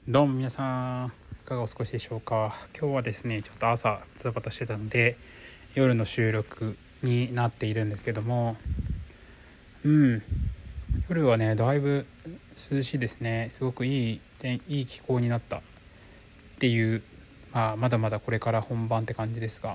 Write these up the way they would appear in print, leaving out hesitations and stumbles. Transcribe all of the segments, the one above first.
どうも皆さん、いかがお過ごしでしょうか。今日はですねちょっと朝バタバタしてたので夜の収録になっているんですけども、夜はねだいぶ涼しいですね。すごくいい気候になったっていう、まだまだこれから本番って感じですが、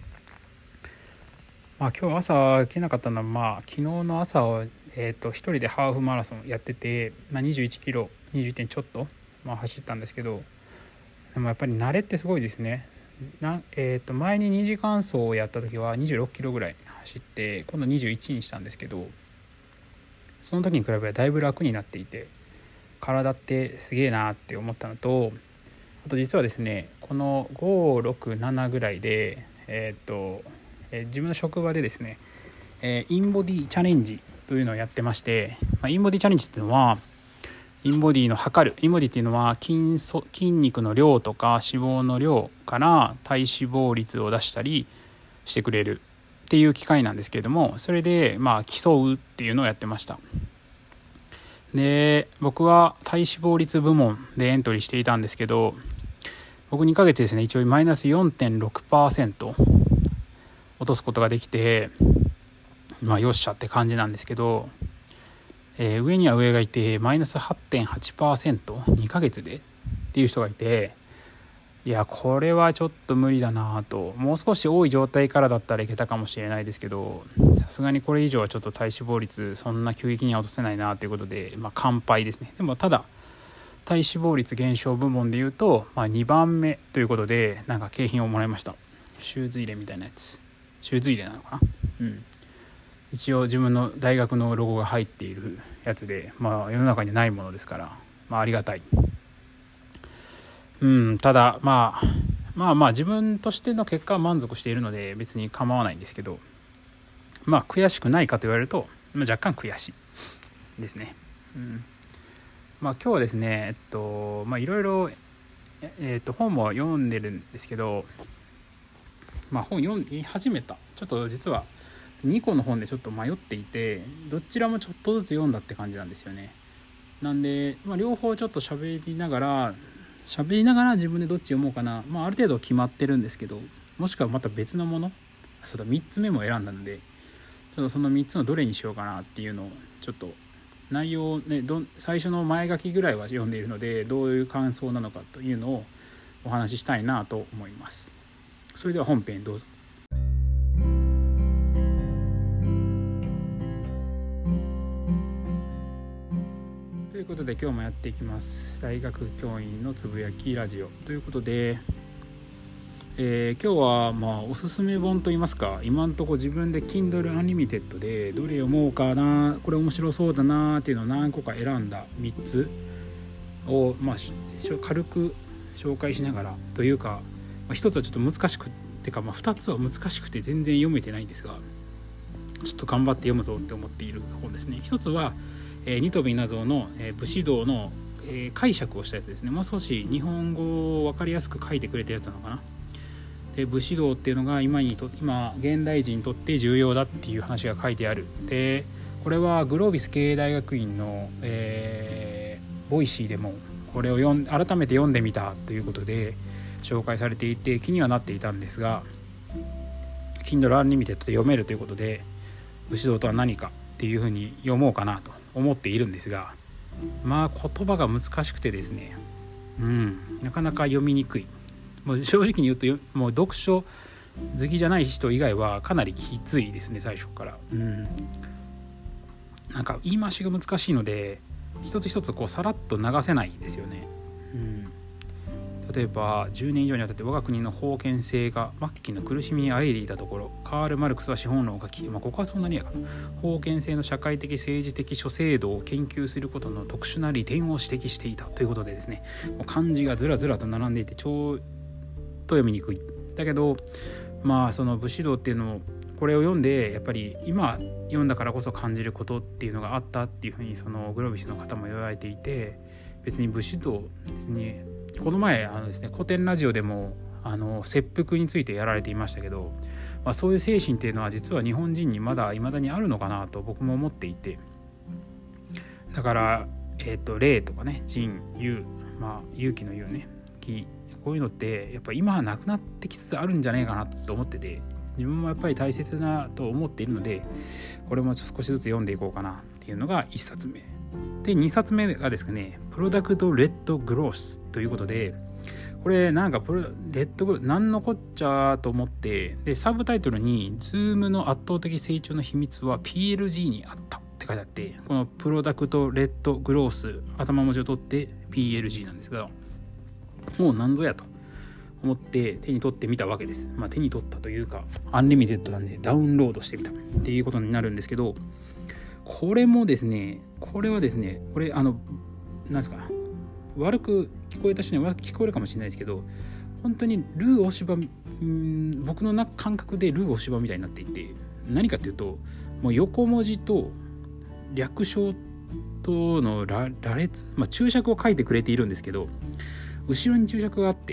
今日朝行けなかったのは、昨日の朝を一人でハーフマラソンやってて、21キロ21点ちょっと、走ったんですけど、でもやっぱり慣れってすごいですね。前に2時間走をやった時は26キロぐらい走って今度21にしたんですけど、その時に比べてだいぶ楽になっていて、体ってすげえなって思ったのと、あと実はですねこの567ぐらいで自分の職場でですね、インボディチャレンジというのをやってまして、インボディチャレンジっていうのはインボディっていうのは筋肉の量とか脂肪の量から体脂肪率を出したりしてくれるっていう機械なんですけれども、それで競うっていうのをやってました。で、僕は体脂肪率部門でエントリーしていたんですけど、僕2ヶ月ですね一応マイナス 4.6% 落とすことができて、よっしゃって感じなんですけど、上には上がいてマイナス 8.8% 2ヶ月でっていう人がいて、いやこれはちょっと無理だなと。もう少し多い状態からだったらいけたかもしれないですけど、さすがにこれ以上はちょっと体脂肪率そんな急激には落とせないなということで、完敗ですね。でもただ体脂肪率減少部門でいうと、2番目ということで景品をもらいました。シューズ入れみたいなやつ、シューズ入れなのかな、一応自分の大学のロゴが入っているやつで、世の中にないものですから、ありがたい。ただ自分としての結果は満足しているので別に構わないんですけど、悔しくないかと言われると、若干悔しいですね。今日はですねいろいろ本も読んでるんですけど、本読み始めたちょっと実は2個の本でちょっと迷っていて、どちらもちょっとずつ読んだって感じなんですよね。なんで、両方ちょっと喋りながら自分でどっち読もうかな、ある程度決まってるんですけど、もしくはまた別のもの、3つ目も選んだので、ちょっとその3つのどれにしようかなっていうのをちょっと内容ね、最初の前書きぐらいは読んでいるので、どういう感想なのかというのをお話ししたいなと思います。それでは本編どうぞ。ということで今日もやっていきます。大学教員のつぶやきラジオということで、今日はおすすめ本といいますか、今のところ自分で Kindle Unlimited でどれ読もうかな、これ面白そうだなっていうのを何個か選んだ3つを軽く紹介しながらというか、1つはちょっと難しくてか、2つは難しくて全然読めてないんですが、ちょっと頑張って読むぞって思っている本ですね。1つは新渡戸稲造の武士道の解釈をしたやつですね。もう少し日本語を分かりやすく書いてくれたやつなのかな。で、武士道っていうのが今現代人にとって重要だっていう話が書いてある。で、これはグロービス経営大学院の、ボイシーでもこれを改めて読んでみたということで紹介されていて気にはなっていたんですが、 Kindle Unlimited で読めるということで、武士道とは何かっていうふうに読もうかなと思っているんですが、言葉が難しくてですね、なかなか読みにくい。もう正直に言うともう読書好きじゃない人以外はかなりきついですね、最初から。言い回しが難しいので一つ一つさらっと流せないですよね。例えば10年以上にわたって我が国の封建制が末期の苦しみにあえいでいたところ、カール・マルクスは資本論を書き、ここはそんなにやかな、封建制の社会的政治的諸制度を研究することの特殊な利点を指摘していたということでですね、漢字がずらずらと並んでいて超と読みにくい。だけどその武士道っていうのをこれを読んでやっぱり今読んだからこそ感じることっていうのがあったっていうふうにそのグロービスの方も言われていて、別に武士道ですね、この前古典ラジオでも切腹についてやられていましたけど、そういう精神っていうのは実は日本人に未だにあるのかなと僕も思っていて、だから霊とかね、仁、勇、勇気の勇ね、こういうのってやっぱ今はなくなってきつつあるんじゃないかなと思ってて、自分もやっぱり大切なと思っているので、これも少しずつ読んでいこうかなっていうのが1冊目で、2冊目がですね、プロダクトレッドグロースということで、これなんか何のこっちゃと思って、でサブタイトルに Zoom の圧倒的成長の秘密は PLG にあったって書いてあって、このプロダクトレッドグロース、頭文字を取って PLG なんですが、もう何ぞやと思って手に取ってみたわけです。手に取ったというかアンリミテッドなんでダウンロードしてみたっていうことになるんですけど、これはですね、なんですか、悪く聞こえた人には悪く聞こえるかもしれないですけど、本当にルー大芝、僕の感覚でルー大芝みたいになっていて、何かっていうと、もう横文字と略称との羅列、注釈を書いてくれているんですけど、後ろに注釈があって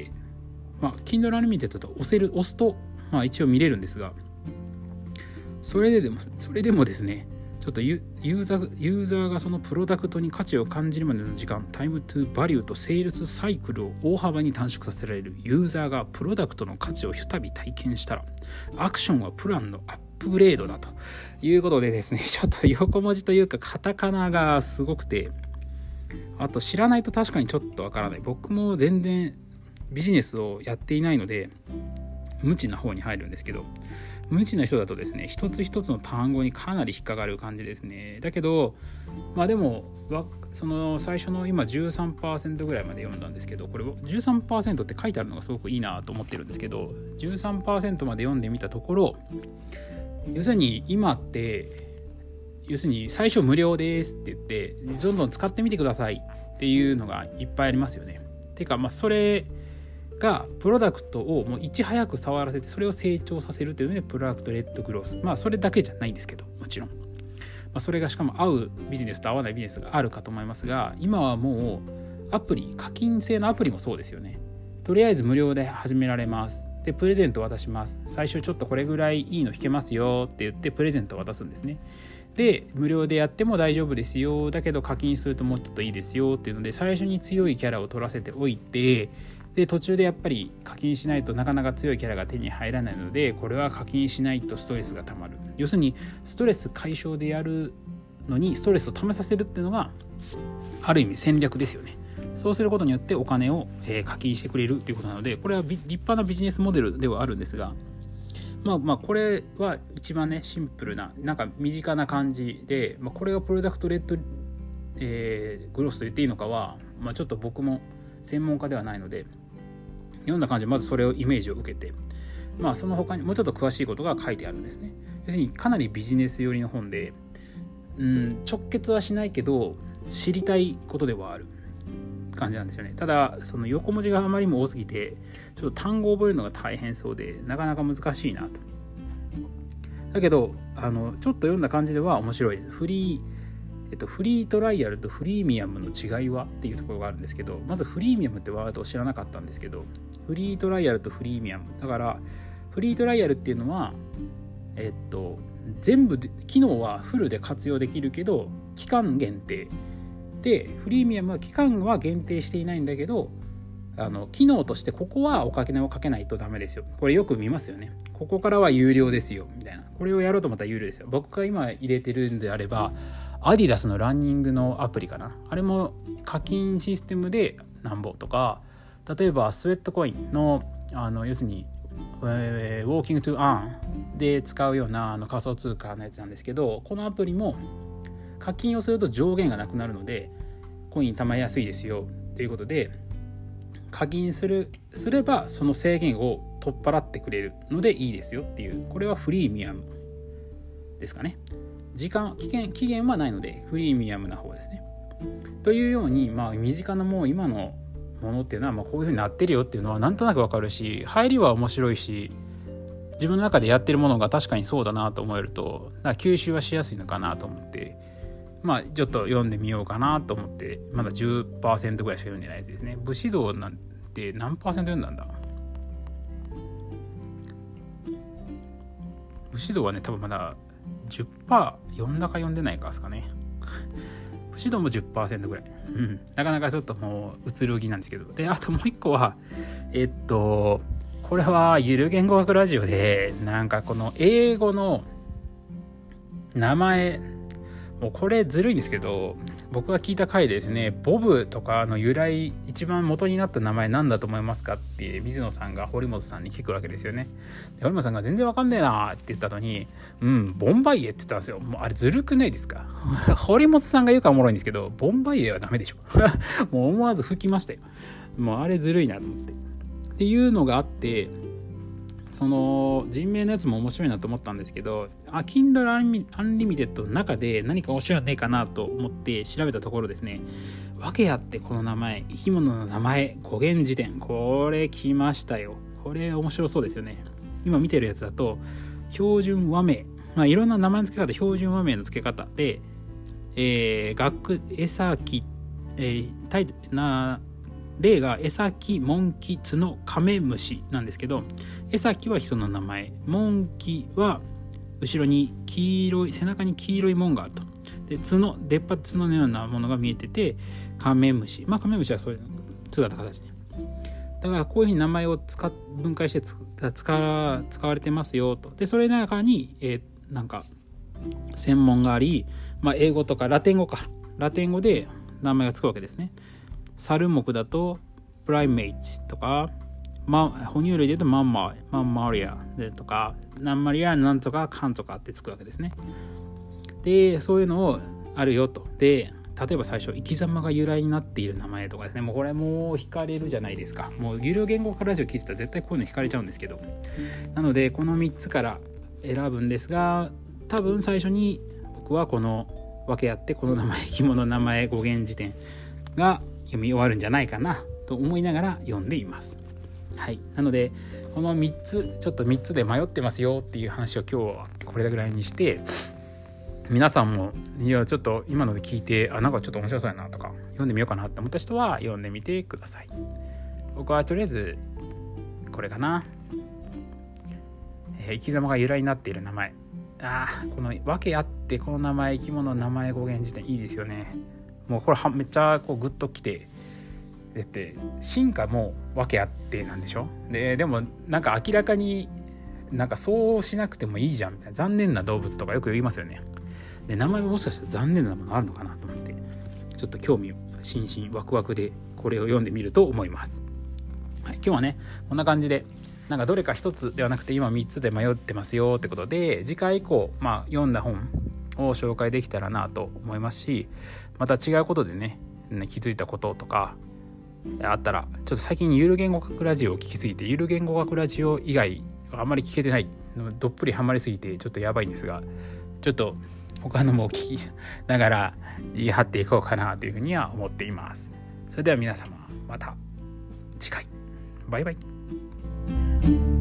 、Kindle Unlimited と押すと、一応見れるんですが、それでもですね、ちょっとユーザーがそのプロダクトに価値を感じるまでの時間、タイムトゥバリューとセールスサイクルを大幅に短縮させられる。ユーザーがプロダクトの価値をひとたび体験したら、アクションはプランのアップグレードだということでですね、ちょっと横文字というかカタカナがすごくて、あと知らないと確かにちょっとわからない。僕も全然ビジネスをやっていないので無知な方に入るんですけど、無知な人だとですね、一つ一つの単語にかなり引っかかる感じですね。だけどでもその最初の今 13% ぐらいまで読んだんですけど、これ 13% って書いてあるのがすごくいいなと思ってるんですけど、 13% まで読んでみたところ、要するに今って最初無料ですって言ってどんどん使ってみてくださいっていうのがいっぱいありますよね。てかそれがプロダクトをもういち早く触らせて、それを成長させるというのでプロダクトレッドグロース、それだけじゃないんですけど、もちろん、それがしかも合うビジネスと合わないビジネスがあるかと思いますが、今はもうアプリ、課金制のアプリもそうですよね。とりあえず無料で始められます。でプレゼントを渡します。最初ちょっとこれぐらいいいの弾けますよって言ってプレゼントを渡すんですね。で無料でやっても大丈夫ですよ、だけど課金するともうちょっといいですよっていうので、最初に強いキャラを取らせておいて、で途中でやっぱり課金しないとなかなか強いキャラが手に入らないので、これは課金しないとストレスがたまる。要するにストレス解消でやるのにストレスをためさせるっていうのがある意味戦略ですよね。そうすることによってお金を課金してくれるっていうことなので、これは立派なビジネスモデルではあるんですが、これは一番ねシンプルな、なんか身近な感じで、これがプロダクトレッド、グロースと言っていいのかは、ちょっと僕も専門家ではないので、読んだ感じまずそれをイメージを受けて、その他にもうちょっと詳しいことが書いてあるんですね。要するにかなりビジネス寄りの本で、直結はしないけど知りたいことではある感じなんですよね。ただその横文字があまりにも多すぎて、ちょっと単語を覚えるのが大変そうでなかなか難しいなと。だけどちょっと読んだ感じでは面白いです。フリートライアルとフリーミアムの違いはっていうところがあるんですけど、まずフリーミアムってワードを知らなかったんですけど、フリートライアルとフリーミアムだから、フリートライアルっていうのは全部で機能はフルで活用できるけど期間限定で、フリーミアムは期間は限定していないんだけど、機能としてここはお金をかけないとダメですよ、これよく見ますよね。ここからは有料ですよみたいな、これをやろうと思ったら有料ですよ。僕が今入れてるんであればアディダスのランニングのアプリかな、あれも課金システムでなんぼとか、例えばスウェットコインの要するにウォーキングトゥアーンで使うような仮想通貨のやつなんですけど、このアプリも課金をすると上限がなくなるのでコイン貯まりやすいですよということで、課金すればその制限を取っ払ってくれるのでいいですよっていう、これはフリーミアムですかね。期限はないのでフリーミアムな方ですね。というように、身近なもう今のものっていうのはこういう風になってるよっていうのはなんとなくわかるし、入りは面白いし、自分の中でやってるものが確かにそうだなと思えると、吸収はしやすいのかなと思って、ちょっと読んでみようかなと思って、まだ 10% ぐらいしか読んでないやつですね。武士道なんて何%読んだんだ。武士道はね多分まだ 10% 読んだか読んでないかですかね。武隠し度も 10% ぐらい、なかなかちょっともう移ろぎなんですけど、であともう一個はこれはゆる言語学ラジオでなんかこの英語の名前、もうこれずるいんですけど、僕が聞いた回でですね、ボブとかの由来、一番元になった名前なんだと思いますかって水野さんが堀本さんに聞くわけですよね。で堀本さんが全然わかんねえなって言ったのに、ボンバイエって言ったんですよ。もうあれずるくないですか？堀本さんが言うからおもろいんですけど、ボンバイエはダメでしょ。もう思わず吹きましたよ。もうあれずるいなと思って。っていうのがあって、その人名のやつも面白いなと思ったんですけど、Kindle Unlimited の中で何か面白いのねえかなと思って調べたところですね、訳あってこの名前、生き物の名前語源辞典、これ来ましたよ。これ面白そうですよね。今見てるやつだと標準和名、いろんな名前の付け方、標準和名の付け方で、例がエサキ、モンキ、ツノ、カメムシなんですけど、エサキは人の名前、モンキは後ろに背中に黄色い門があると。で、ツノ、出っ張って角のようなものが見えてて、カメムシ。カメムシはそういう姿形ね。だからこういうふうに名前を分解して使われてますよと。で、それの中に、なんか専門があり、英語とかラテン語で名前がつくわけですね。猿目だとプライメイツとか、哺乳類で言うとマンマリアでとか、ナンマリアなんとかカンとかってつくわけですね。で、そういうのをあるよと。で、例えば最初生き様が由来になっている名前とかですね、もうこれもう惹かれるじゃないですか。もう有料言語化ラジオ聞いてたら絶対こういうの惹かれちゃうんですけど、なのでこの3つから選ぶんですが、多分最初に僕はこの訳あってこの名前、生き物の名前語源辞典が読み終わるんじゃないかなと思いながら読んでいます。はい、なのでこの3つで迷ってますよっていう話を今日はこれぐらいにして、皆さんもちょっと今ので聞いてなんかちょっと面白そうやなとか読んでみようかなって思った人は読んでみてください。僕はとりあえずこれかな、生き様が由来になっている名前、この訳あってこの名前、生き物の名前語源辞典いいですよね。もうこれめっちゃこうグッときて、進化も訳あってなんでしょ。でもなんか明らかになんかそうしなくてもいいじゃんみたいな、残念な動物とかよく言いますよね。で、名前ももしかしたら残念なものあるのかなと思って、ちょっと興味津々ワクワクでこれを読んでみると思います。はい、今日はねこんな感じで、なんかどれか一つではなくて今3つで迷ってますよってことで、次回以降読んだ本を紹介できたらなと思いますし、また違うことでね気づいたこととかあったら、ちょっと最近ゆる言語学ラジオを聞きすぎて、ゆる言語学ラジオ以外あんまり聞けてない、どっぷりハマりすぎてちょっとやばいんですが、ちょっと他のも聞きながら言い張っていこうかなというふうには思っています。それでは皆様また次回、バイバイ。